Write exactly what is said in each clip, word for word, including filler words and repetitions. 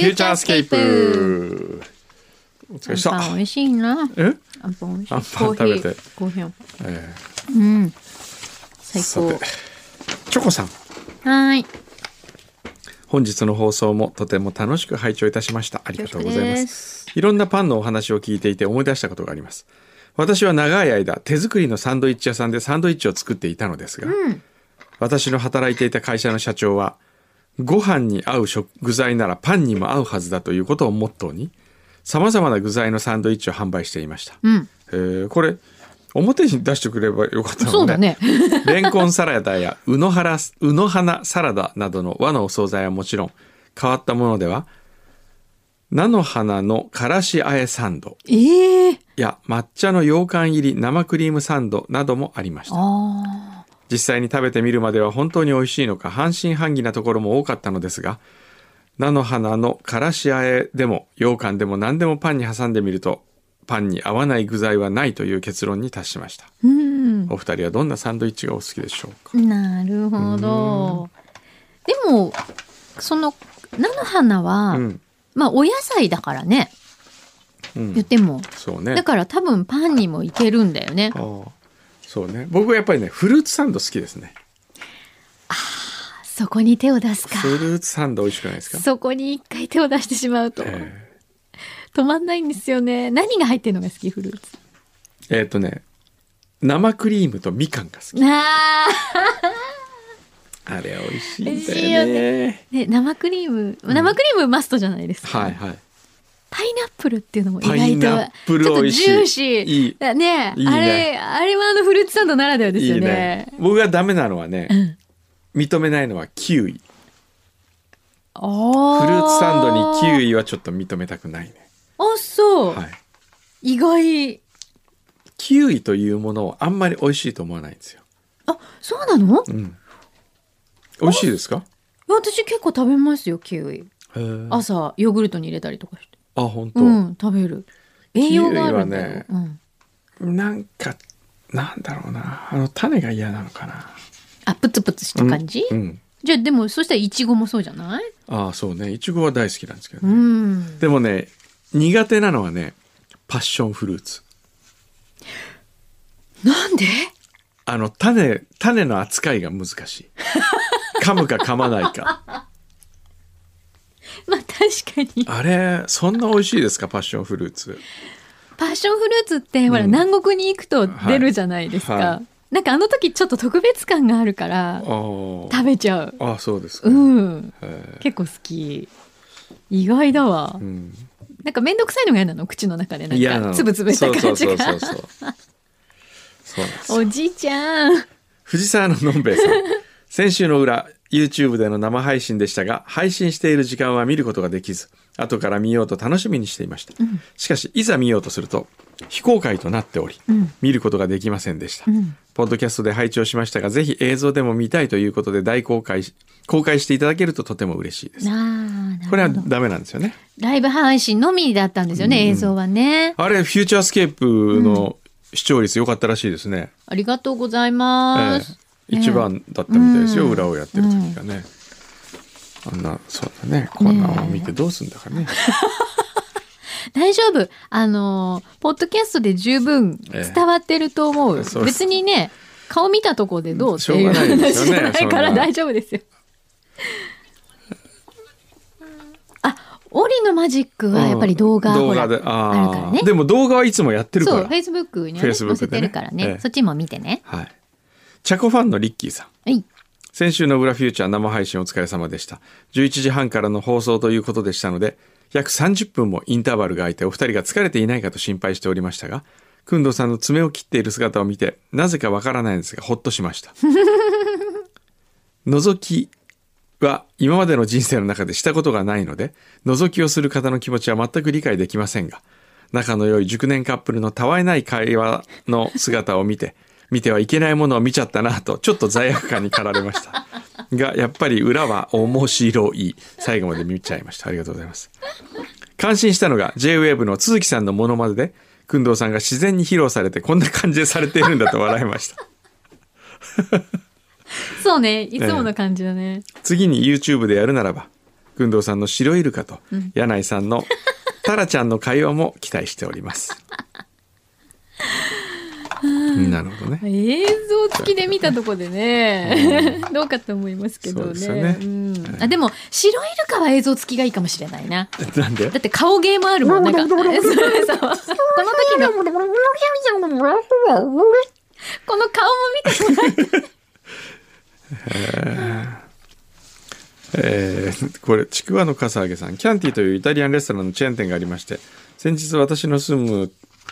ューチャースケープ。お疲れ様。 アンパン美味しいな。 え？ アンパン美味しい。 アンパン食べて。 コーヒー。 えうん。最高。 さて、チョコさん。 はい。 本日の放送もとても楽しく拝聴いたしました。ありがとうございます。いろんなパンのお話を聞いていて思い出したことがあります。私は長い間手作りのサンドイッチ屋さんでサンドイッチを作っていたのですが、うん、私の働いていた会社の社長はご飯に合う食具材ならパンにも合うはずだということをモットーに様々な具材のサンドイッチを販売していました、うんえー、これ表に出してくればよかったのね。 そうだねレンコンサラダやうのはらうの花サラダなどの和のお惣菜はもちろん、変わったものでは菜の花のからしあえサンド、 えー、 や抹茶の羊羹入り生クリームサンドなどもありました。 あ、 実際に食べてみるまでは本当に美味しいのか半信半疑なところも多かったのですが、菜の花のからしあえでも羊羹でも何でもパンに挟んでみるとパンに合わない具材はないという結論に達しました。うん、お二人はどんなサンドイッチがお好きでしょうか。 なるほど。でもその菜の花は、うん、まあお野菜だからね、うん、言ってもそうね。 だから多分パンにもいけるんだよね。 ああ、そうね。僕はやっぱりねフルーツサンド好きですね。 あ、そこに手を出すか。 フルーツサンド美味しくないですか。 そこに一回手を出してしまうと、えー、止まんないんですよね。何が入ってるのが好き、フルーツ。 えっとね生クリームとみかんが好き。 ああれ美味しいんだよね。美味しいよね。 ね、生クリーム、生クリームマストじゃないですか、 うん、はいはい。 パイナップルっていうのも意外とパイナップル美味しい。 ちょっとジューシー。 いい。 ね、 いいね。 あれ、あれはあのフルーツサンドならではですよね。いいね。 僕がダメなのはね、うん、認めないのはキウイ。 あ、 フルーツサンドにキウイはちょっと認めたくないね。 あ、そう。 はい。 意外。 キウイというものをあんまり美味しいと思わないんですよ。 あ、そうなの？ うん。美味しいですか？ 私結構食べますよ、キウイ。朝ヨーグルトに入れたりとかして。 あ、本当。 うん、食べる。栄養があるんだよ。 キウイはね、うん、なんかなんだろうな、あの種が嫌なのかな。 あ、プツプツした感じ？ うん。うん、 じゃあでもそしたらイチゴもそうじゃない？ ああ、そうね。イチゴは大好きなんですけどね。 うん。 でもね、苦手なのはね、パッションフルーツ。 なんで？ あの種種の扱いが難しい。噛むか噛まないか。 まあ確かに。 あれそんな美味しいですか、パッションフルーツ。 パッションフルーツって、うん、ほら南国に行くと出るじゃないですか、はいはい、なんかあの時ちょっと特別感があるから食べちゃう。 ああ、そうですか。 うん、結構好き。意外だわ、うん、なんかめんどくさいのが嫌なの、口の中でなんかつぶつぶした感じが。 そうそうそうそうそうそう。 おじいちゃん。 藤沢ののんべえさん、先週の裏 YouTube での生配信でしたが、配信している時間は見ることができず、後から見ようと楽しみにしていました、うん、しかしいざ見ようとすると非公開となっており、うん、見ることができませんでした、うん、ポッドキャストで拝聴しましたが、ぜひ映像でも見たいということで大公開公開していただけるととても嬉しいです。 あ、 これはダメなんですよね。 ライブ配信のみだったんですよね、うん、映像はね。あれフューチャースケープの視聴率良かったらしいですね。 ありがとうございます、 えー、一番だったみたいですよ、うん、裏をやってる時がね、うん、あんな、そうだね、こんなのを見てどうすんだかね。 大丈夫、あのポッドキャストで十分伝わってると思う、えー、別にね顔見たところでどうっていう話じゃないから大丈夫ですよ。あ、オリのマジックはやっぱり動画、うん、 動画で あ, あるからね。 でも動画はいつもやってるから。 そう、フェイスブックに、ね、載せてるからね、ええ、そっちも見てね。 はい。チャコファンのリッキーさん、 はい、 先週の裏フューチャー生配信お疲れ様でした。じゅういちじはんからの放送ということでしたので、約さんじゅっぷんもインターバルが空いてお二人が疲れていないかと心配しておりましたが、くんどうさんの爪を切っている姿を見てなぜかわからないんですがほっとしました。覗きは今までの人生の中でしたことがないので、覗きをする方の気持ちは全く理解できませんが、仲の良い熟年カップルのたわいない会話の姿を見て見てはいけないものを見ちゃったなとちょっと罪悪感に駆られましたが、やっぱり裏は面白い。最後まで見ちゃいました。ありがとうございます。感心したのが ジェイウェーブ の都築さんのモノマネで、くんどうさんが自然に披露されてこんな感じでされているんだと笑いました。 そうね、いつもの感じだね、 えー、次に YouTube でやるならば工藤さんの白イルカと柳井さんのタラちゃんの会話も期待しておりますなるほどね。 映像付きで見たとこでね、うん、どうかと思いますけど ね, そうですね、 うん、あでも白イルカは映像付きがいいかもしれないな。 なんで？ だって顔芸もあるもん。なんかこの時のこの顔も見てもらってえー、これちくわのかさあげさん、キャンティというイタリアンレストランのチェーン店がありまして、先日私の住む、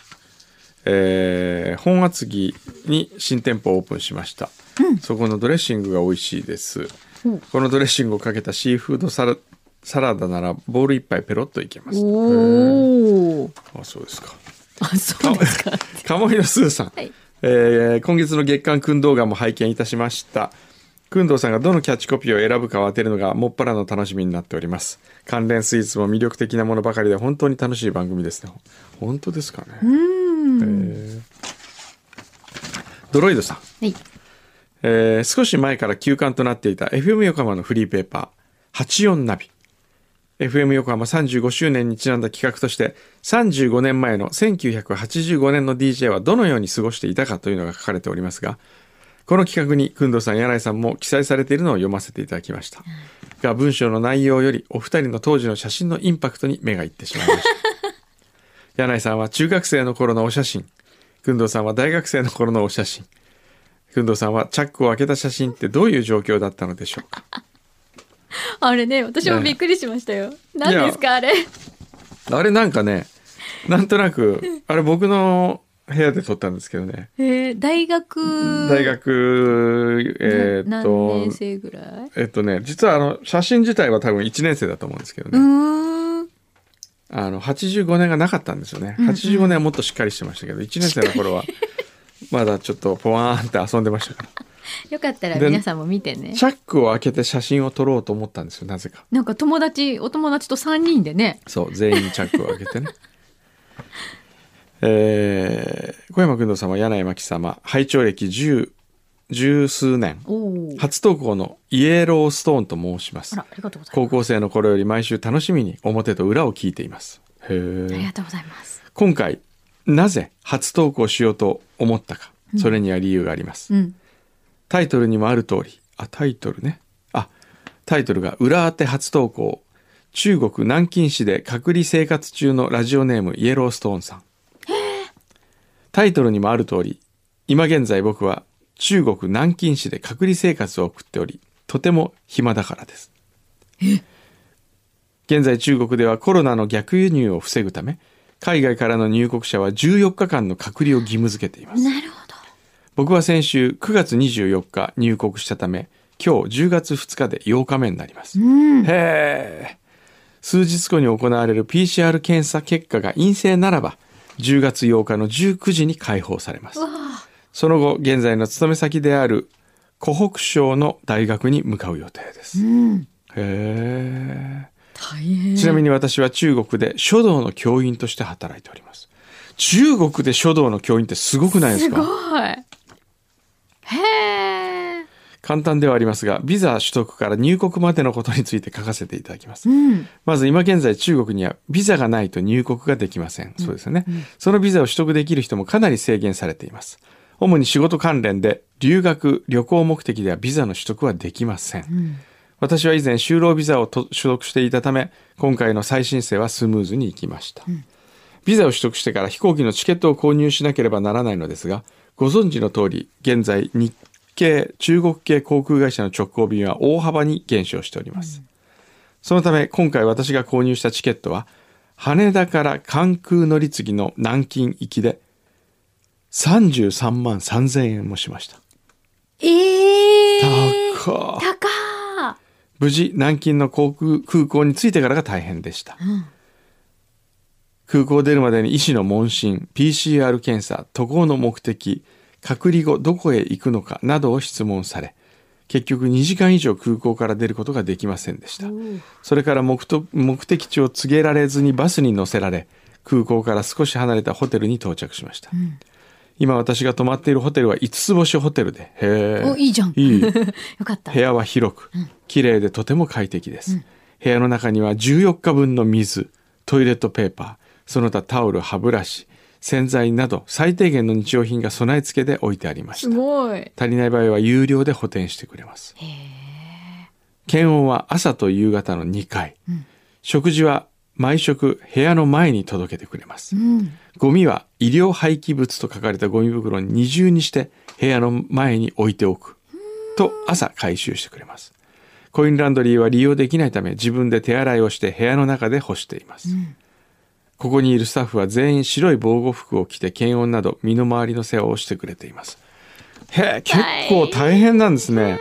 えー、本厚木に新店舗をオープンしました、うん、そこのドレッシングが美味しいです、うん、このドレッシングをかけたシーフードサラ、サラダならボウル一杯ペロッといけます。おあそうですか。 あそうですか鴨井のスーさん、はい、えー、今月の月刊訓動画も拝見いたしました。工藤さんがどのキャッチコピーを選ぶかを当てるのがもっぱらの楽しみになっております。関連スイーツも魅力的なものばかりで本当に楽しい番組ですね。本当ですかね。うーん、えー、ドロイドさん、はい、えー、少し前から休刊となっていた エフエム 横浜のフリーペーパーはちじゅうよんナビ、 エフエム 横浜さんじゅうごしゅうねんにちなんだ企画としてさんじゅうごねんまえのせんきゅうひゃくはちじゅうごねんの ディージェー はどのように過ごしていたかというのが書かれておりますが、この企画に工藤さん、柳井さんも記載されているのを読ませていただきました、うん、が文章の内容よりお二人の当時の写真のインパクトに目がいってしまいました柳井さんは中学生の頃のお写真、工藤さんは大学生の頃のお写真、工藤さんはチャックを開けた写真ってどういう状況だったのでしょうかあれね、私もびっくりしましたよ、ね、何ですかあれ。 あれなんかね、なんとなくあれ僕の部屋で撮ったんですけどね。 えー、大学大学えー、っと何年生ぐらい？ えっとね実はあの写真自体は多分いちねん生だと思うんですけどね。うーん、あのはちじゅうごねんがなかったんですよね、うんうん、はちじゅうごねんはもっとしっかりしてましたけどいちねん生の頃はまだちょっとポワーンって遊んでましたからよかったら皆さんも見てね。 チャックを開けて写真を撮ろうと思ったんですよ、なぜか。 なんか友達お友達とさんにんでね。 そう全員チャックを開けてねえー、小山工藤様、柳井真紀様、拝聴歴十十数年、初投稿のイエローストーンと申します。 あら、ありがとうございます。 高校生の頃より毎週楽しみに表と裏を聞いています。へー、 ありがとうございます。 今回なぜ初投稿しようと思ったか、それには理由があります、うん、タイトルにもある通り、あタイトルねあタイトルが裏当て初投稿、中国南京市で隔離生活中のラジオネームイエローストーンさん。タイトルにもある通り、今現在僕は中国南京市で隔離生活を送っており、とても暇だからです。現在中国ではコロナの逆輸入を防ぐため、海外からの入国者はじゅうよっかかんの隔離を義務付けています。 なるほど。 僕は先週くがつにじゅうよっか入国したため、今日じゅうがつふつかでようかめになります。うん、へー。数日後に行われる ピーシーアール 検査結果が陰性ならば、じゅうがつようかのじゅうくじに解放されます。その後現在の勤め先である湖北省の大学に向かう予定です、うん、へー、 大変。 ちなみに私は中国で書道の教員として働いております。中国で書道の教員ってすごくないですか？ すごい。へー。 簡単ではありますが、ビザ取得から入国までのことについて書かせていただきます、うん、まず今現在中国にはビザがないと入国ができません、うん、そうですよね、うん、そのビザを取得できる人もかなり制限されています。主に仕事関連で留学旅行目的ではビザの取得はできません、うん、私は以前就労ビザを取得していたため今回の再申請はスムーズにいきました、うん、ビザを取得してから飛行機のチケットを購入しなければならないのですが、ご存知の通り現在日系中国系航空会社の直行便は大幅に減少しております、うん、そのため今回私が購入したチケットは羽田から関空乗り継ぎの南京行きでさんじゅうさんまんさんぜんえんもしました。 えー、 高高。 無事南京の航空空港に着いてからが大変でした、うん、空港を出るまでに医師の問診、 ピーシーアール 検査、渡航の目的、隔離後どこへ行くのかなどを質問され、結局にじかん以上空港から出ることができませんでした。それから目と目的地を告げられずにバスに乗せられ、空港から少し離れたホテルに到着しました、うん、今私が泊まっているホテルはいつつ星ホテルで、へー、 おいいじゃんいいよかった。 部屋は広く、うん、綺麗でとても快適です、うん、 部屋の中にはじゅうよっかぶんの水、トイレットペーパー、その他タオル、歯ブラシ、洗剤など最低限の日用品が備え付けで置いてありました。 すごい。 足りない場合は有料で補填してくれます。 へー。 検温は朝と夕方のにかい、 うん、 食事は毎食部屋の前に届けてくれます、 うん、 ゴミは医療廃棄物と書かれたゴミ袋に二重にして部屋の前に置いておくと朝回収してくれます。コインランドリーは利用できないため自分で手洗いをして部屋の中で干しています、うん、ここにいるスタッフは全員白い防護服を着て検温など身の回りの世話をしてくれています。へえ、結構大変なんですね。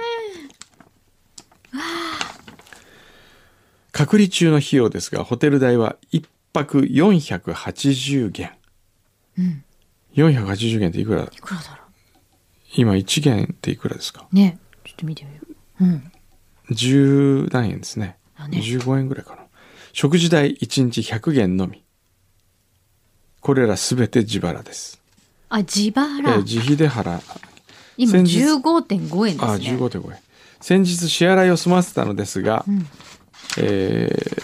隔離中の費用ですがホテル代はいっぱくよんひゃくはちじゅうげん、うん、よんひゃくはちじゅうげんっていくら？いくらだろう。 今いちげんっていくらですかね。ちょっと見てみよう、うん、 じゅう何円ですね。ね、じゅうごえんぐらいかな。食事代いちにちひゃくげんのみ。これらすべて自腹です。 あ、自腹、 えー、自費で払う。 今 じゅうごてんごえんですね。 あ、じゅうごてんごえん。先日支払いを済ませたのですが、うん、えー、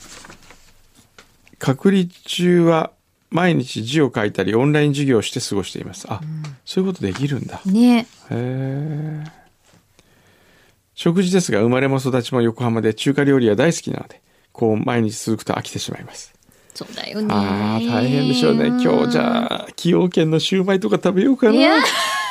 隔離中は毎日字を書いたりオンライン授業をして過ごしています。あ、うん、そういうことできるんだね。 へー。食事ですが生まれも育ちも横浜で中華料理は大好きなのでこう毎日続くと飽きてしまいます。 そうだよね。 あー大変でしょうね。今日じゃあ崎陽軒のシューマイとか食べようかな。いや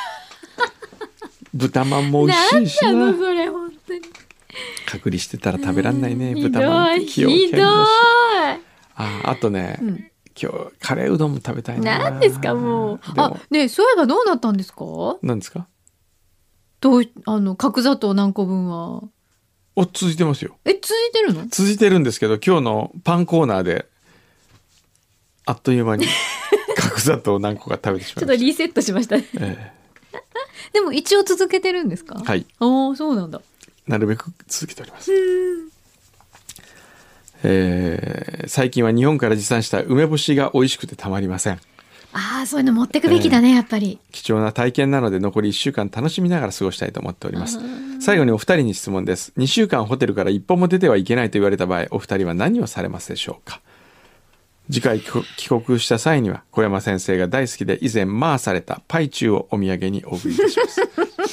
豚まんも美味しいしな。 なんだのそれ本当に。 隔離してたら食べらんないね、豚ひまん。 ひどい。ひどい。 あ, あとね、うん、今日カレーうどんも食べたいな。 何ですかもう。あ、ね、そういえばどうなったんですか？ 何ですか？ どうあの角砂糖何個分は？ お続いてますよ。 え、続いてるの？ 続いてるんですけど今日のパンコーナーであっという間に角砂糖何個か食べてしまいました。 ちょっとリセットしましたね。 ええでも一応続けてるんですか？ はい。 ああ、そうなんだ。 なるべく続けております。えー、最近は日本から持参した梅干しが美味しくてたまりません。 ああ、そういうの持ってくべきだね、えー、やっぱり。 貴重な体験なので残りいっしゅうかん楽しみながら過ごしたいと思っております。最後にお二人に質問です。にしゅうかんホテルから一歩も出てはいけないと言われた場合、お二人は何をされますでしょうか？次回帰国した際には小山先生が大好きで以前マーされたパイチューをお土産にお送りいたします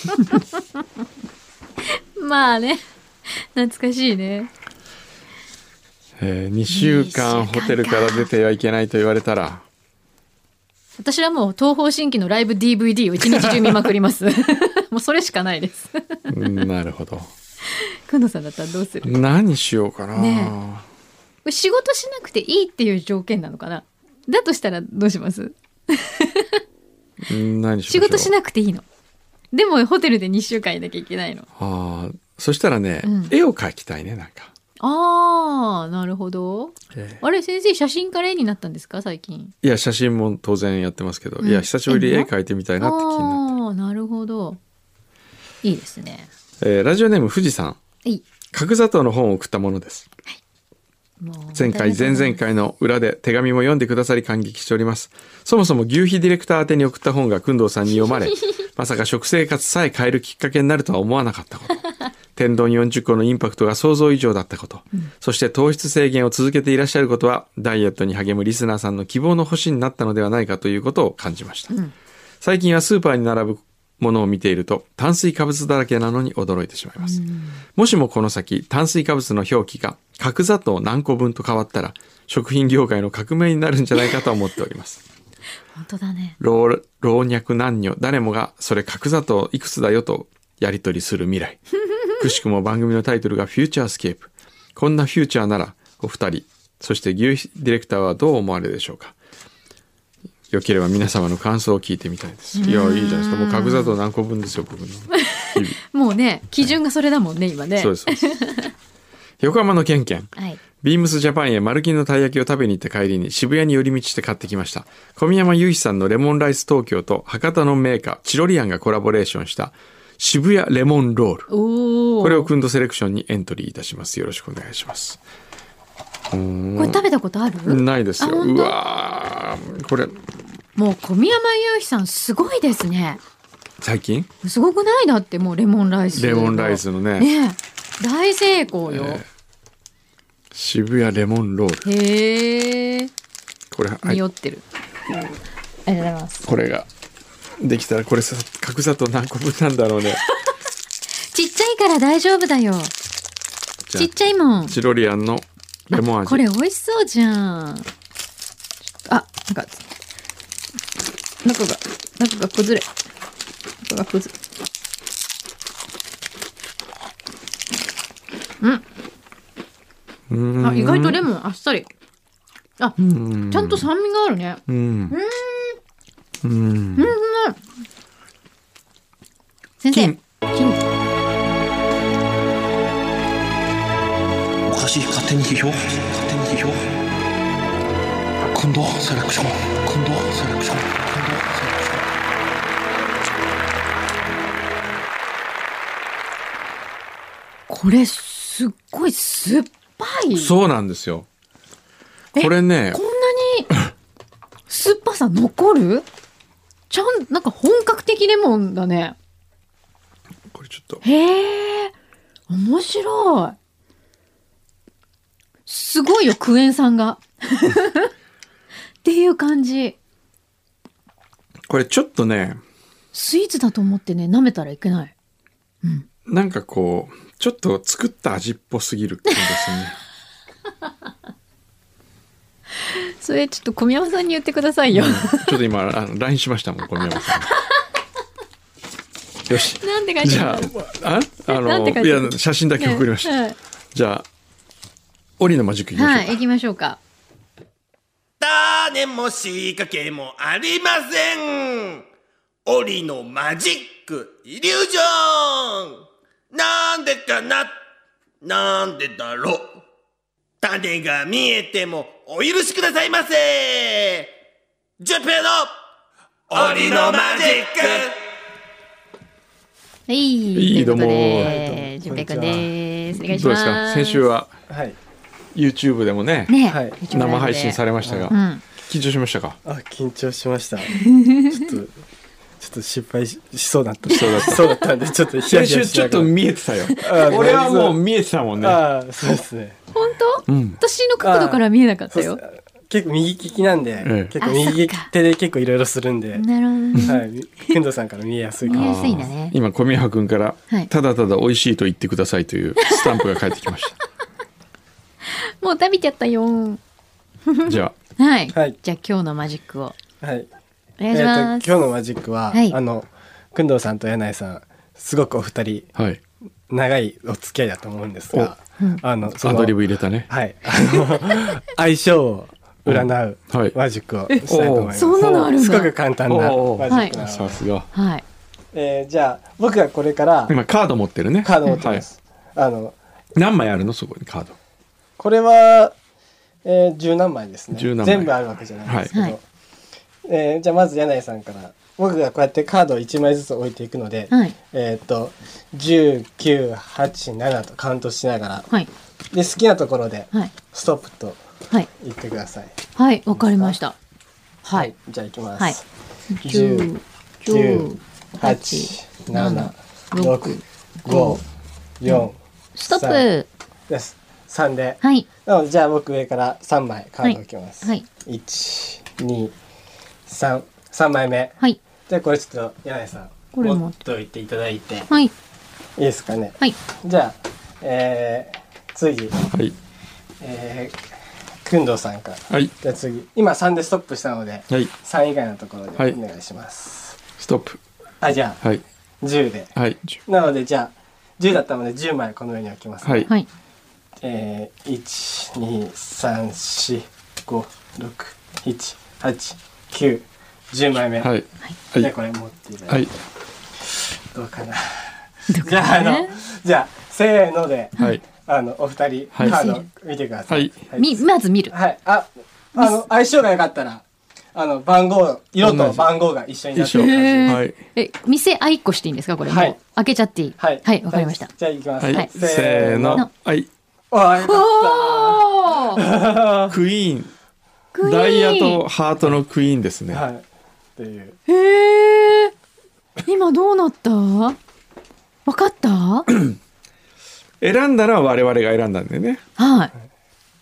まあね、懐かしいね。 えー、にしゅうかんホテルから出てはいけないと言われたら私はもう東方神起のライブ ディーブイディー を一日中見まくりますもうそれしかないですなるほど。 くのさんだったらどうする？ 何しようかな、ね、 仕事しなくていいっていう条件なのかな。だとしたらどうします何し仕事しなくていいのでもホテルでにしゅうかんいなきゃいけないの。 あ、そしたらね、うん、絵を描きたいね。なんかああ、なるほど、えー、あれ先生写真家絵になったんですか最近？いや写真も当然やってますけど、うん、いや久しぶりに絵描いてみたいなって気になって。 ああ、なるほど、いいですね。 えー、ラジオネーム富士山。 いい角砂糖の本を送ったものです、はい、前回前々回の裏で手紙も読んでくださり感激しております。そもそも牛皮ディレクター宛てに送った本が工藤さんに読まれまさか食生活さえ変えるきっかけになるとは思わなかったこと天丼よんじゅっこのインパクトが想像以上だったこと、うん、そして糖質制限を続けていらっしゃることはダイエットに励むリスナーさんの希望の星になったのではないかということを感じました、うん、最近はスーパーに並ぶものを見ていると炭水化物だらけなのに驚いてしまいます、うん、もしもこの先炭水化物の表記が角砂糖何個分と変わったら食品業界の革命になるんじゃないかと思っております本当だね。 老, 老若男女誰もがそれ角砂糖いくつだよとやり取りする未来くしくも番組のタイトルがフューチャースケープ。こんなフューチャーならお二人そして牛皮ディレクターはどう思われるでしょうか。よければ皆様の感想を聞いてみたいです。いやいいじゃないですか。もう角砂糖何個分ですよ僕のもうね基準がそれだもんね今ね。 そうですそうです横浜のケンケン、はい、ビームスジャパンへマルキンのたい焼きを食べに行った帰りに渋谷に寄り道して買ってきました。小宮山雄飛さんのレモンライス東京と博多のメーカーチロリアンがコラボレーションした渋谷レモンロール。おこれをクンドセレクションにエントリーいたします。よろしくお願いします。 これ食べたことある？ ないですよ。うわこれもう小宮山雄飛さんすごいですね。 最近すごくない？だってもうレモンライスレモンライスのねね大成功よ、えー、 渋谷レモンロール。 へえ。 これ、はい、 匂ってる。ありがとうございます。 これができたら、これさ、角砂糖何個分なんだろうね。 ちっちゃいから大丈夫だよ。ちっちゃいもん。 チロリアンのレモン味。 これ美味しそうじゃん。あ、なんか中が中が崩れ。中が崩れ。うん。あ、意外とレモンあっさり。あ、ちゃんと酸味があるね。うん。うん。うん。うん。先生。金。 おかしい、勝手に批評。勝手に批評。今度セレクション。今度セレクション。今度セレクション。 これすっごい酸っぱい。 そうなんですよ。これね、 こんなに酸っぱさ残る？ちゃんなんか本格的レモンだね。 これちょっと。 へえ、面白い。すごいよ、クエン酸がっていう感じ。 これちょっとね、 スイーツだと思ってね、舐めたらいけない。うん。 なんかこうちょっと作った味っぽすぎる感じですね。 それちょっと小宮山さんに言ってくださいよ。うん、ちょっと今あの ライン しましたもん、小宮山さん。よし。 なんて書いてじゃあ、あ、あのいや写真だけ送りました。ね、はい、じゃあ檻のマジックいきましょうか。 はい、行きましょうか。 種も仕掛けもありません。檻のマジックイリュージョン。なんでかな、なんでだろう。種が見えてもお許しくださいませ。ジュンペイの檻のマジック。 はい、 いい、どうも。 ジュンペイくんです。お願いします。 どうですか、先週は、はい、YouTube でもね、 ね、 はい、生配信されましたが、うん、緊張しましたか？ あ、緊張しました。ちょっとちょっと失敗 し, しそうだったそうだったそうだったんで、ちょっとヒヤヒヤしながら。 ちょっと見えてたよ。俺はもう見えてたもんね。 ああ、そうですね。 本当？うん、私の角度から見えなかったよ。 結構右利きなんで、ええ、結構右手で結構いろいろするんで、 なるほどね。 はい、くんどさんから見えやすいか見えやすいんだね。 今小宮君から、はい、ただただ美味しいと言ってくださいというスタンプが返ってきました。 もう食べちゃったよ。 じゃあ、はい、はい、じゃあ今日のマジックを。 はい。 お願いします。 えー、と今日のマジックは、はい、あのくんどうさんと柳井さんすごくお二人、はい、長いお付き合いだと思うんですが、 あのそのアドリブ入れたね。 はい。あの相性を占うマジックをしたいと思います。 そんなのあるんだ。 すごく簡単なマジックなので。 さすが。 はい。 えー、じゃあ僕がこれから今カード持ってるね。 カード持ってます。はい、あの何枚あるのそこにカード。 これは、えー、十何枚ですね。全部あるわけじゃないですけど。はい、えー、じゃあまず柳井さんから僕がこうやってカードをいちまいずつ置いていくので、はい、えっとじゅう、きゅう、はち、ななとカウントしながら、はい、で好きなところでストップと言ってください。 はい、わ、はい、かりました。 はい、じゃあいきます。はい、じゅう、きゅう、はち、なな、ろく、ご、よん、 ストップです。さんで、 はい、 なのでじゃあ僕上からさんまいカードを置きます。はい、いち、に、さん、さんまいめ。はい。じゃあこれちょっと柳井さんこれ持っておいていただいて、はい、いいですかね。はい。じゃあ、えー、次、はい、えー、くんどうさんから。はい。じゃあ次、今さんでストップしたので、はい、さん以外のところでお願いします。 はい、ストップ。 あ、じゃあ、はい、じゅうで。はい。なのでじゃあじゅうだったのでじゅうまいこの上に置きます、ね。はい。えー、いち、に、さん、よん、ご、ろく、なな、はち、きゅう、じゅうまいめ。はい。じゃあこれ持っていただいて。はい。どうかな。じゃあ、あの、じゃあ、せーので、はい、あの、お二人、カード見てください。 はい。み、まず見る。 はい。あ、あの、相性が良かったら、あの、番号、色と番号が一緒になってる感じ。 はい。え、店あいっこしていいんですかこれ。はい。開けちゃっていい。はい。はい、わかりました。 じゃあ行きます。 はい。 せーの。はい。 あ、よかった。クイーン。ダイヤとハートのクイーンですね。はい。っていう。 へえ。今どうなった？わかった？ 選んだのは我々が選んだんでね。 はい。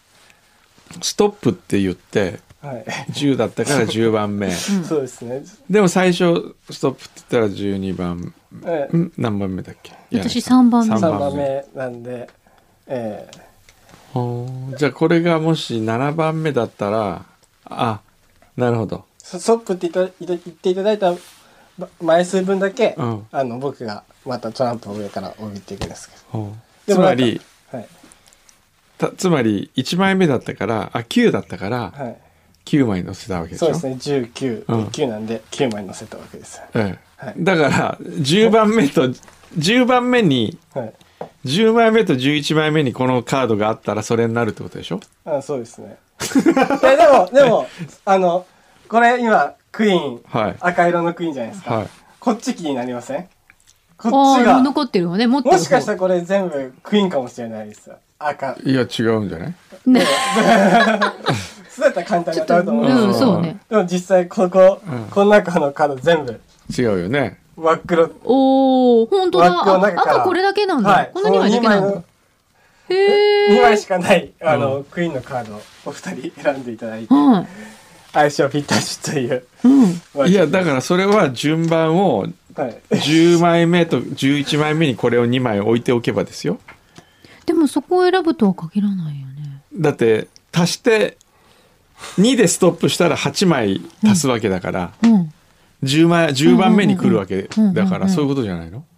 ストップって言って、はい、じゅうだったからじゅうばんめ、うん、 そうですね。 でも最初ストップって言ったらじゅうにばん、ええ、ん何番目だっけ？ 私さんばんめ。 さんばんめなんで、えー、じゃあこれがもしななばんめだったら、あ、なるほど。 ストップって言っていただいた枚数分だけ、うん、あの僕がまたトランプを上から降りていくんですけど、 つまり、はい、たつまりいちまいめだったからあきゅうだったから、はい、きゅうまい乗せたわけでしょ。 そうですね、じゅうきゅう、うん、きゅうなんできゅうまい乗せたわけです、 ええ、はい、だからじゅうばんめとじゅうばんめに、はい、じゅうまいめとじゅういちまいめにこのカードがあったらそれになるってことでしょ。 あ、そうですねえでもでもあのこれ今クイーン、はい、赤色のクイーンじゃないですか、はい、こっち気になりません？こっちが残ってるよね。持ってる。 もしかしたらこれ全部クイーンかもしれないですよ。赤。 いや違うんじゃない？ ねそうやったら簡単に当たると思うんですけど、うん、そうね。でも実際ここ、うん、この中のカード全部違うよね。 真っ黒。 おお、本当だ。赤これだけなんだ。はい、このにまいだけなんだ。へえ。 にまいしかないあの、うん、クイーンのカードをお二人選んでいただいて、はい、相性ぴったしという、 うん、いやだからそれは順番をじゅうまいめとじゅういちまいめにこれをにまい置いておけばですよ。 でもそこを選ぶとは限らないよね。 だって足してにでストップしたらはちまい足すわけだから、うん、じゅう, 枚じゅうばんめに来るわけだからそういうことじゃないの？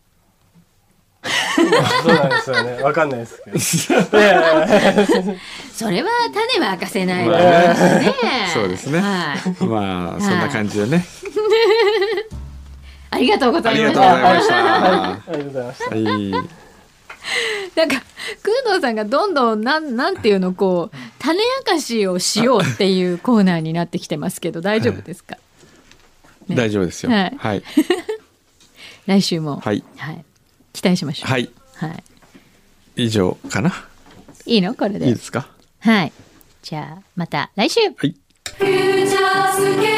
そうなんですよね。わかんないですけど。 それは種は明かせないわね。 そうですね。はい、まあそんな感じでね。 ありがとうございました。 ありがとうございました。はい。 なんか工藤さんがどんどんなんなんていうのこう種明かしをしようっていうコーナーになってきてますけど大丈夫ですか？ ね、大丈夫ですよ。はい。はい、 来週も、 はい、 はい、期待しましょう。 はい。はい。以上かな。 いいのこれで。 いいですか。 はい。じゃあまた来週。 はい。